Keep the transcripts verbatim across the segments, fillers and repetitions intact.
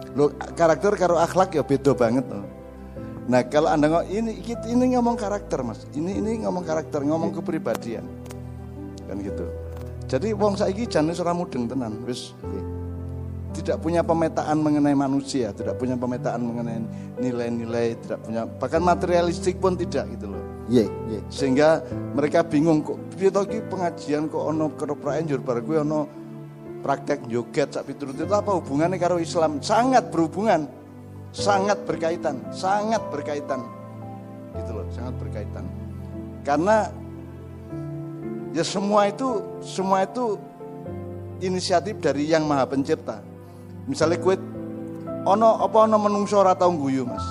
Lo karakter karo akhlak ya beda banget loh. Nah kalau anda ngomong ini ini ngomong karakter mas, ini ini ngomong karakter, ngomong kepribadian, kan gitu. Jadi wong saiki jan wis ora mudeng tenan, wis tidak punya pemetaan mengenai manusia, tidak punya pemetaan mengenai nilai-nilai, tidak punya bahkan materialistik pun tidak gitu loh. Iya, iya. Sehingga mereka bingung kok piye to iki pengajian kok ono keropraen njur bar kuwi ono praktek joget sak piturut itu apa hubungannya karo Islam? Sangat berhubungan. Sangat berkaitan, sangat berkaitan, gitu loh, sangat berkaitan. Karena ya semua itu, semua itu inisiatif dari Yang Maha Pencipta. Misalnya kue, ono apa ono menungso ora tau guyu mas.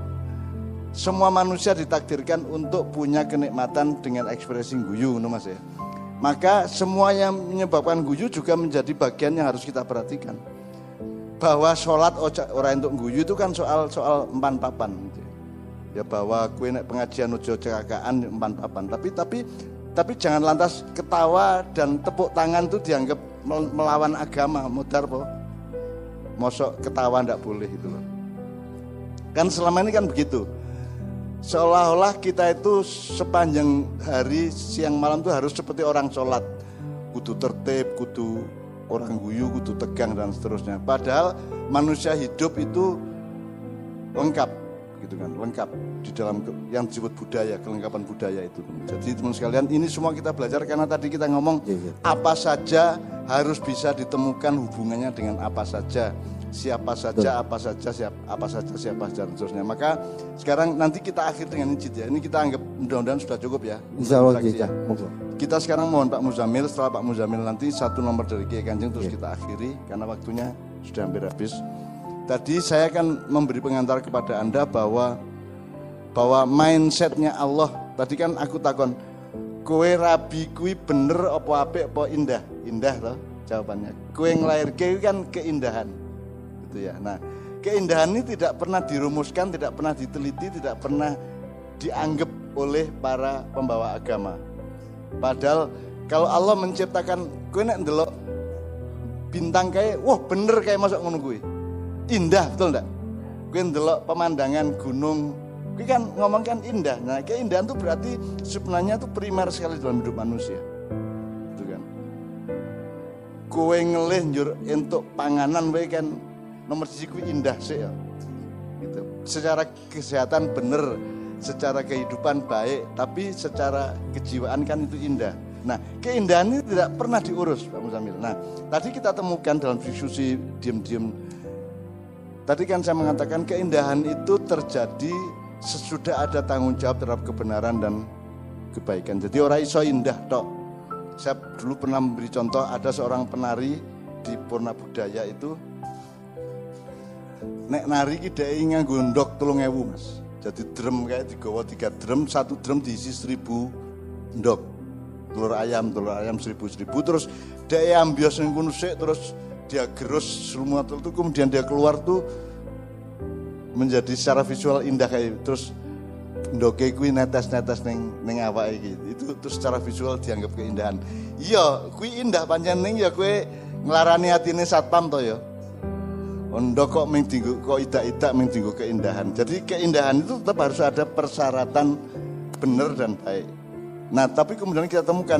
Semua manusia ditakdirkan untuk punya kenikmatan dengan ekspresi guyu, no mas ya. Maka semua yang menyebabkan guyu juga menjadi bagian yang harus kita perhatikan. Bahwa sholat orang untuk guyu itu kan soal soal empan papan gitu. Ya bahwa kue nek pengajian ojo cekakaan empan papan tapi tapi tapi jangan lantas ketawa dan tepuk tangan itu dianggap melawan agama mudar po mosok ketawa ndak boleh itu loh kan selama ini kan begitu seolah-olah kita itu sepanjang hari siang malam tuh harus seperti orang sholat kudu tertib kudu orang guyu, kudu tegang dan seterusnya. Padahal manusia hidup itu lengkap, gitu kan, lengkap di dalam yang disebut budaya, kelengkapan budaya itu. Jadi teman sekalian, ini semua kita belajar karena tadi kita ngomong ya, ya. Apa saja harus bisa ditemukan hubungannya dengan apa saja, siapa saja, Betul. apa saja, siapa, apa saja, siapa dan seterusnya. Maka sekarang nanti kita akhir dengan ijid ya. Ini kita anggap mudah-mudahan sudah cukup ya. Insya Allah ya. Kita sekarang mohon Pak Muzamil, setelah Pak Muzamil nanti satu nomor dari Kiai Kanjeng terus yeah. kita akhiri karena waktunya sudah hampir habis. Tadi saya akan memberi pengantar kepada Anda bahwa bahwa mindsetnya Allah. Tadi kan aku takon, kowe rabi kui bener apa apik apa indah? Indah loh jawabannya. Kowe nglairke kan keindahan. Gitu ya. Nah, keindahan ini tidak pernah dirumuskan, tidak pernah diteliti, tidak pernah dianggap oleh para pembawa agama. Padahal kalau Allah menciptakan kowe nek ndelok bintang kayak wah bener kayak masuk ngono kuwi. Indah betul enggak? Kowe ndelok pemandangan gunung, kowe kan ngomong kan indah. Nah, keindahan itu berarti sebenarnya itu primer sekali dalam hidup manusia. Gitu kan. Kowe ngelih njur entuk panganan kowe kan nomor siji kuwi indah sih ya. Gitu. Secara kesehatan bener, secara kehidupan baik, tapi secara kejiwaan kan itu indah. Nah, keindahan ini tidak pernah diurus, Pak Muzamil. Nah, tadi kita temukan dalam diskusi diam-diam. Tadi kan saya mengatakan keindahan itu terjadi sesudah ada tanggung jawab terhadap kebenaran dan kebaikan. Jadi orang iso indah tok. Saya dulu pernah memberi contoh, ada seorang penari di Purna Budaya itu, nek nari ki dhek nganggo ndok telung ewu Mas. Jadi drum kayak digawa tiga drum, satu drum diisi seribu ndok. Telur ayam, telur ayam seribu-seribu, terus dia ambios yang kuno sik, terus dia gerus semua telur itu, kemudian dia keluar tuh menjadi secara visual indah kayak terus ndoke kuwi netes-netes ning ning awake iki. Itu terus secara visual dianggap keindahan. Iya, kuwi indah pancen ning ya kowe nglarani atine satpam to ya. Ndok kok ming dinggo kok idak-idak ming dinggo keindahan. Jadi keindahan itu tetap harus ada persyaratan benar dan baik. Nah, tapi kemudian kita temukan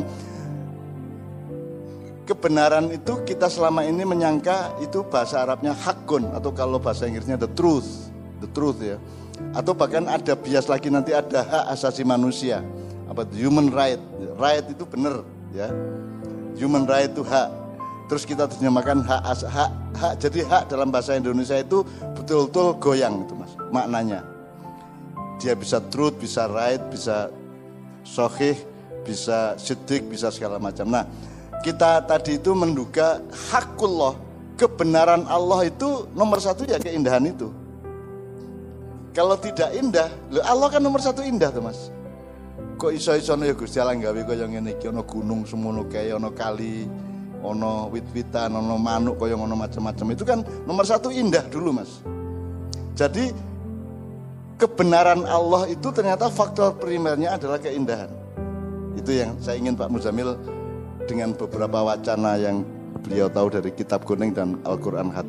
kebenaran itu kita selama ini menyangka itu bahasa Arabnya hakun atau kalau bahasa Inggrisnya the truth, the truth ya. Atau bahkan ada bias lagi nanti ada hak asasi manusia, apa human right, right itu benar ya. Human right itu hak. Terus kita terjemahkan hak as, hak hak jadi hak dalam bahasa Indonesia itu betul-betul goyang itu Mas maknanya. Dia bisa truth, bisa right, bisa sohih, bisa sidik, bisa segala macam. Nah, kita tadi itu menduga hakullah, kebenaran Allah itu nomor satu ya keindahan itu. Kalau tidak indah, loh Allah kan nomor satu indah tuh Mas. Kok iso-isono ya Gusti Allah gawe kaya ngene iki ana gunung semono kae, ana kali, ana wit-witan, ana manuk kaya ngono macam-macam. Itu kan nomor satu indah dulu Mas. Jadi kebenaran Allah itu ternyata faktor primernya adalah keindahan. Itu yang saya ingin Pak Muzamil dengan beberapa wacana yang beliau tahu dari kitab kuning dan Al-Quran hadis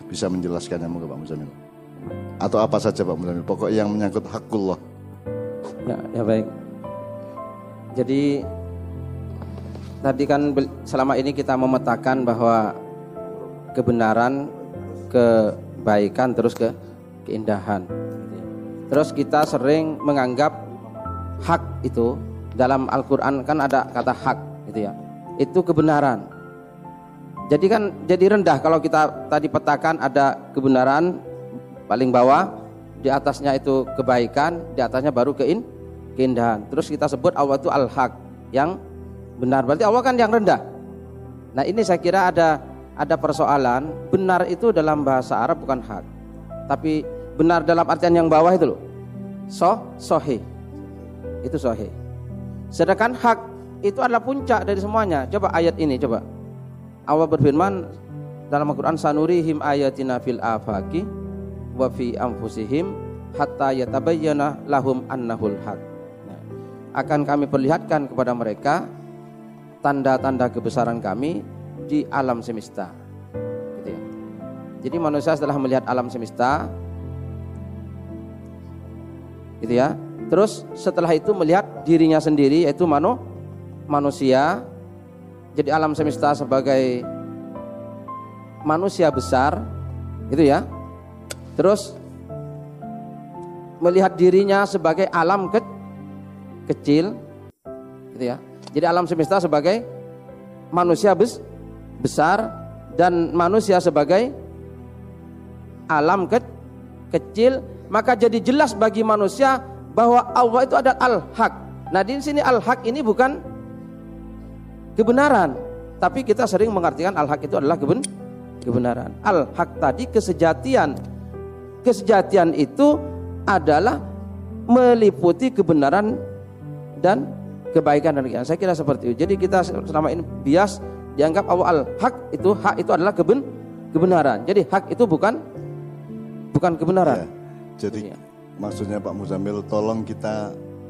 bisa menjelaskannya, moga Pak Muzamil. Atau apa saja Pak Muzamil, pokok yang menyangkut hakullah. Ya, ya baik. Jadi tadi kan selama ini kita memetakan bahwa kebenaran, kebaikan, terus ke keindahan. Terus kita sering menganggap hak itu dalam Al-Quran kan ada kata hak gitu ya. Itu kebenaran. Jadi kan jadi rendah kalau kita tadi petakan ada kebenaran paling bawah, di atasnya itu kebaikan, di atasnya baru kein, keindahan. Terus kita sebut Allah itu al-haq, yang benar. Berarti Allah kan yang rendah. Nah ini saya kira ada ada persoalan. Benar itu dalam bahasa Arab bukan hak, tapi benar dalam artian yang bawah itu loh. So, sohih. Itu sohih. Sedangkan hak itu adalah puncak dari semuanya. Coba ayat ini coba. Allah berfirman dalam Al-Quran, sanurihim ayatina fil afaqi wa fi anfusihim hatta yatabayyana lahum annahul haq. Nah, akan kami perlihatkan kepada mereka tanda-tanda kebesaran kami di alam semesta. Gitu ya. Jadi manusia setelah melihat alam semesta, gitu ya. Terus setelah itu melihat dirinya sendiri, yaitu manu, manusia. Jadi alam semesta sebagai manusia besar, gitu ya. Terus melihat dirinya sebagai alam ke kecil, gitu ya. Jadi alam semesta sebagai manusia bes besar dan manusia sebagai alam ke kecil, maka jadi jelas bagi manusia bahwa Allah itu adalah al-haq. Nah di sini al-haq ini bukan kebenaran, tapi kita sering mengartikan al-haq itu adalah keben kebenaran. Al-haq tadi kesejatian. Kesejatian itu adalah meliputi kebenaran dan kebaikan dan kebaikan. Saya kira seperti itu. Jadi kita selama ini bias dianggap Allah al-haq itu, hak itu adalah keben kebenaran. Jadi hak itu bukan bukan kebenaran. Ya, jadi ya. Maksudnya Pak Muzamil, tolong kita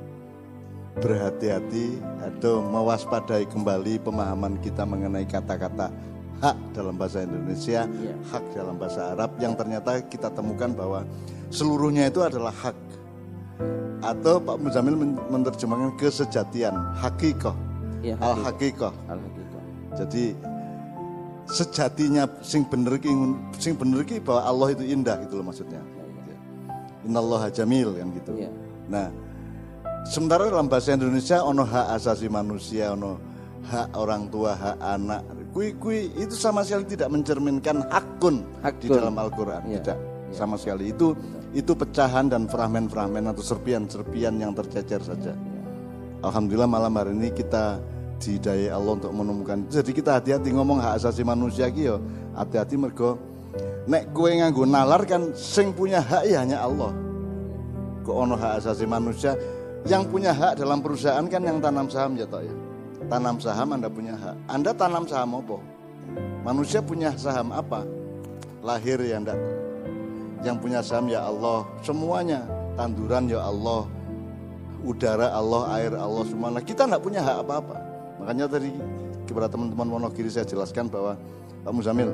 berhati-hati atau mewaspadai kembali pemahaman kita mengenai kata-kata hak dalam bahasa Indonesia, ya. Hak dalam bahasa Arab, yang ternyata kita temukan bahwa seluruhnya itu adalah hak. Atau Pak Muzamil menerjemahkan kesejatian, hakikoh, ya, al-hakikoh. Al-hakikoh. Jadi sejatinya sing bener ki sing bener ki bahwa Allah itu indah gitu loh maksudnya. Innallaha jamil kan gitu. Ya. Nah, sementara dalam bahasa Indonesia ono hak asasi manusia, ono hak orang tua, hak anak. Kui-kui itu sama sekali tidak mencerminkan hakun, hakun. Di dalam Al-Qur'an, ya. Tidak. Ya. Sama sekali itu itu pecahan dan fragmen-fragmen atau serpian-serpian yang tercecer saja. Ya. Alhamdulillah malam hari ini kita dihidayai Allah untuk menemukan itu. Jadi kita hati-hati ngomong hak asasi manusia ki yo. Hati-hati mergo nek kowe nganggo nalar kan sing punya hak ya hanya Allah. Kok ono hak asasi manusia, yang punya hak dalam perusahaan kan yang tanam saham ya toh ya. Tanam saham Anda punya hak. Anda tanam saham apa? Manusia punya saham apa? Lahir ya ndak. Yang punya saham ya Allah, semuanya. Tanduran ya Allah, udara Allah, air Allah, semua. Nah, kita ndak punya hak apa-apa. Makanya tadi kepada teman-teman Wonogiri saya jelaskan bahwa Pak Muzamil,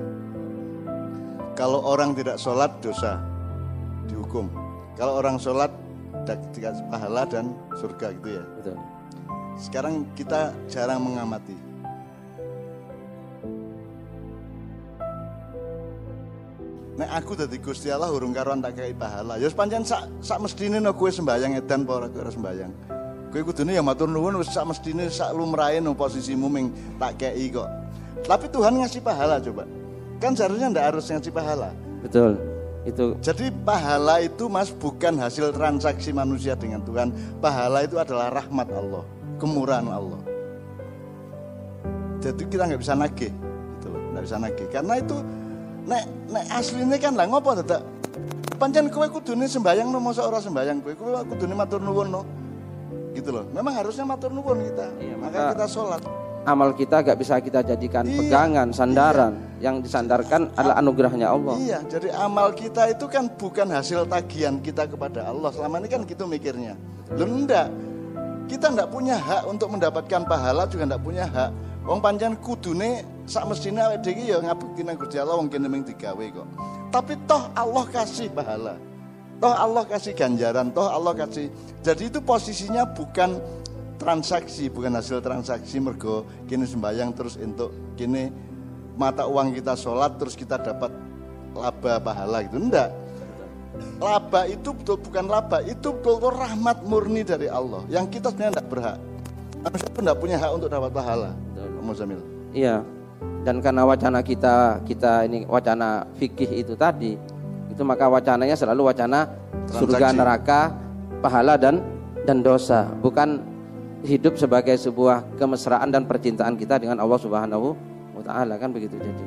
kalau orang tidak sholat dosa, dihukum. Kalau orang sholat dikasih pahala dan surga gitu ya. Betul. Sekarang kita jarang mengamati. Nek aku dadi Gusti Allah urung karuan tak kei pahala. Ya pancen sak sak mestine nek kowe sembayang edan apa ora kowe sembayang. Kowe kudune ya matur nuwun wis sak mestine sak lumrahe nang posisimu ming tak kei kok. Tapi Tuhan ngasih pahala coba. Kan seharusnya ndak harus ngasih pahala. Betul. Itu. Jadi pahala itu Mas bukan hasil transaksi manusia dengan Tuhan. Pahala itu adalah rahmat Allah, kemurahan Allah. Jadi kita nggak bisa nagih, gitu loh, nggak bisa nagih. Karena itu nek nek aslinya kan lah ngopo dadak. Pancen kowe kudune sembayang no, masa ora sembayang kowe, kowe kudune matur nuwun no. Gitu loh. Memang harusnya matur nuwun kita. Iya, maka, maka kita sholat. Amal kita gak bisa kita jadikan iya, pegangan, sandaran. Iya. Yang disandarkan adalah anugerahnya Allah. Iya, jadi amal kita itu kan bukan hasil tagihan kita kepada Allah. Selama ini kan gitu mikirnya. Loh enggak, kita enggak punya hak untuk mendapatkan pahala, juga enggak punya hak. Wong pancen kudune sak mestine awake dhewe ya ngabekti nang Gusti Allah, wong kene ming digawe kok. tapi toh Allah kasih pahala. Toh Allah kasih ganjaran, toh Allah kasih. Jadi itu posisinya bukan transaksi, bukan hasil transaksi mergo kini sembahyang terus untuk kini mata uang kita sholat terus kita dapat laba pahala gitu. Enggak. Laba itu betul bukan laba, itu betul-betul rahmat murni dari Allah yang kita sebenarnya enggak berhak. Manusia pun enggak punya hak untuk dapat pahala. Muzamil. Iya. Dan karena wacana kita kita ini wacana fikih itu tadi, itu maka wacananya selalu wacana transaksi. Surga neraka, pahala dan dan dosa, bukan hidup sebagai sebuah kemesraan dan percintaan kita dengan Allah Subhanahu wa taala, kan begitu jadi.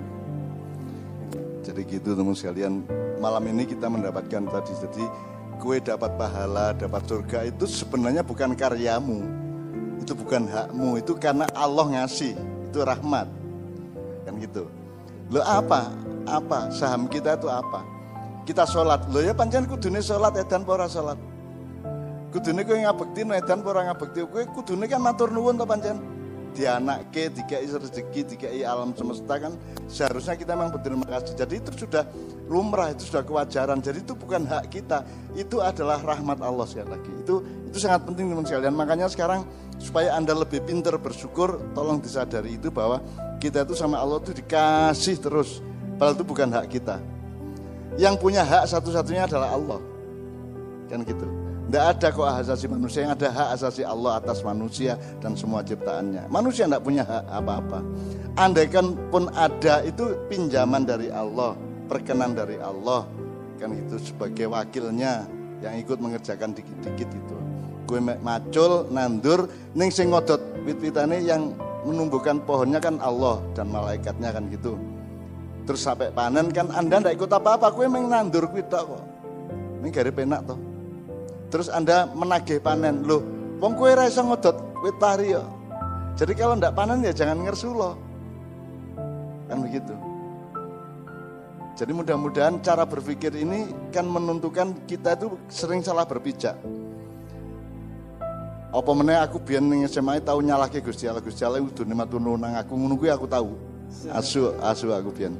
Jadi gitu teman sekalian, malam ini kita mendapatkan tadi, jadi kue dapat pahala, dapat surga itu sebenarnya bukan karyamu, itu bukan hakmu, itu karena Allah ngasih, itu rahmat. Kan gitu. Lo apa? Apa? Saham kita itu apa? Kita sholat. Lo ya pancen kudune sholat edan ora sholat. Kudune kowe ngabekti edan ora ngabekti. Kowe kudune kan matur nuwun to pancen. Dianakke, dikai rezeki, dikai alam semesta kan seharusnya kita memang berterima kasih. Jadi itu sudah lumrah, itu sudah kewajaran. Jadi itu bukan hak kita. Itu adalah rahmat Allah sekali lagi. Itu itu sangat penting teman sekalian. Makanya sekarang supaya Anda lebih pintar bersyukur, tolong disadari itu bahwa kita itu sama Allah itu dikasih terus. Padahal itu bukan hak kita. Yang punya hak satu-satunya adalah Allah. Kan gitu. Tidak ada kok hak asasi manusia, yang ada hak asasi Allah atas manusia dan semua ciptaannya. Manusia tidak punya hak apa-apa. Andaikan pun ada, itu pinjaman dari Allah, perkenan dari Allah. Kan gitu, sebagai wakilnya yang ikut mengerjakan dikit-dikit itu. Gue macul, nandur, ning sing ngodot wit-witane yang menumbuhkan pohonnya kan Allah dan malaikatnya kan gitu. Terus sampai panen kan Anda tidak ikut apa-apa, gue memang nandur kuwi tok kok. Ini gare penak toh. Terus Anda menagih panen, loh, wong kowe ra iso ngodot wit pari yo. Jadi kalau ndak panen ya jangan ngersulo. Kan begitu. Jadi mudah-mudahan cara berpikir ini kan menentukan kita itu sering salah berpijak. Apa meneh aku biyen ning S M A tau nyalahke Gusti Allah, Gusti Allah kudune matur nuwun nang aku, ngono kuwi aku tahu. Asu asu aku biyen.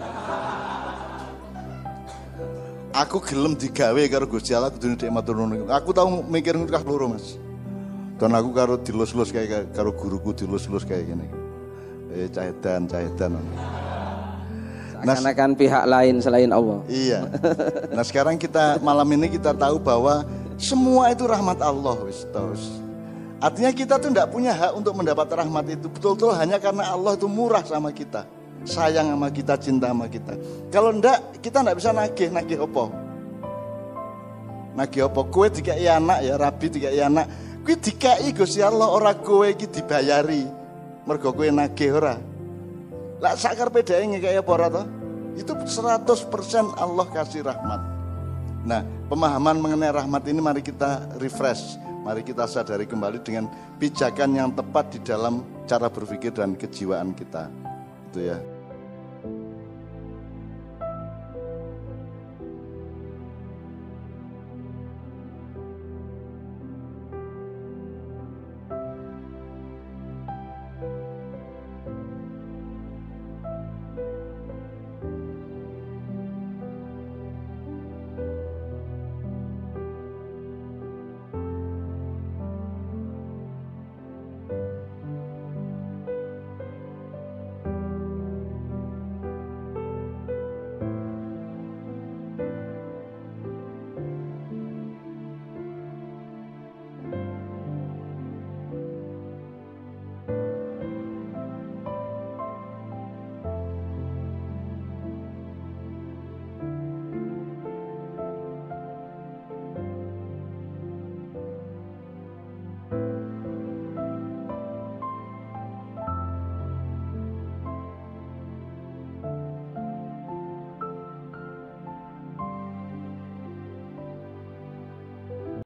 Aku gelem digawe karo Gusti Allah kudune dhek matur nuwun. Aku tau mikir ngkas loro, Mas. Dan aku karo dilus-lus kayak karo guruku dilus-lus kayak gini. Eh cahedan, cahedan. Nah, seakan pihak lain selain Allah. Iya. Nah, sekarang kita malam ini kita tahu bahwa semua itu rahmat Allah, wis tos. Artinya kita tuh tidak punya hak untuk mendapat rahmat itu betul-betul hanya karena Allah itu murah sama kita, sayang sama kita, cinta sama kita. Kalau enggak, kita enggak bisa nagih, nagih opo? Nagih opo? Kowe dikai anak ya, Rabi dikai anak. Kowe dikai Gusti Allah, ora kowe iki dibayari. Mergo kowe nagih ora. Lah sak karepe dhewe ngekeki apa ora to? Itu seratus persen Allah kasih rahmat. Nah, pemahaman mengenai rahmat ini mari kita refresh. Mari kita sadari kembali dengan pijakan yang tepat di dalam cara berpikir dan kejiwaan kita. Itu ya.